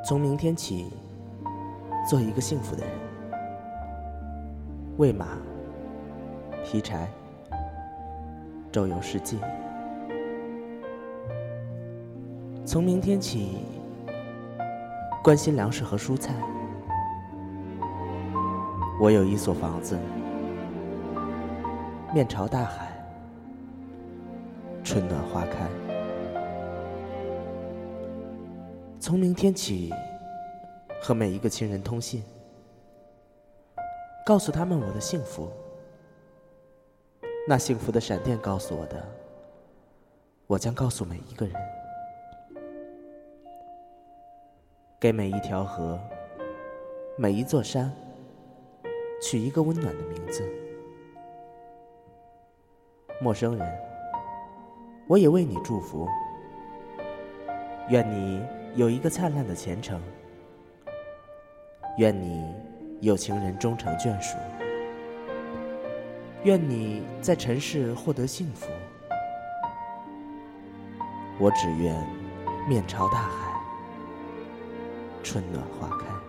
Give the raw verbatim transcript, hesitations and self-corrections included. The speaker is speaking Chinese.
从明天起，做一个幸福的人，喂马、劈柴，周游世界。从明天起，关心粮食和蔬菜。我有一所房子，面朝大海，春暖花开。从明天起，和每一个亲人通信，告诉他们我的幸福。那幸福的闪电告诉我的，我将告诉每一个人。给每一条河，每一座山，取一个温暖的名字。陌生人，我也为你祝福。愿你有一个灿烂的前程，愿你有情人终成眷属，愿你在尘世获得幸福。我只愿面朝大海，春暖花开。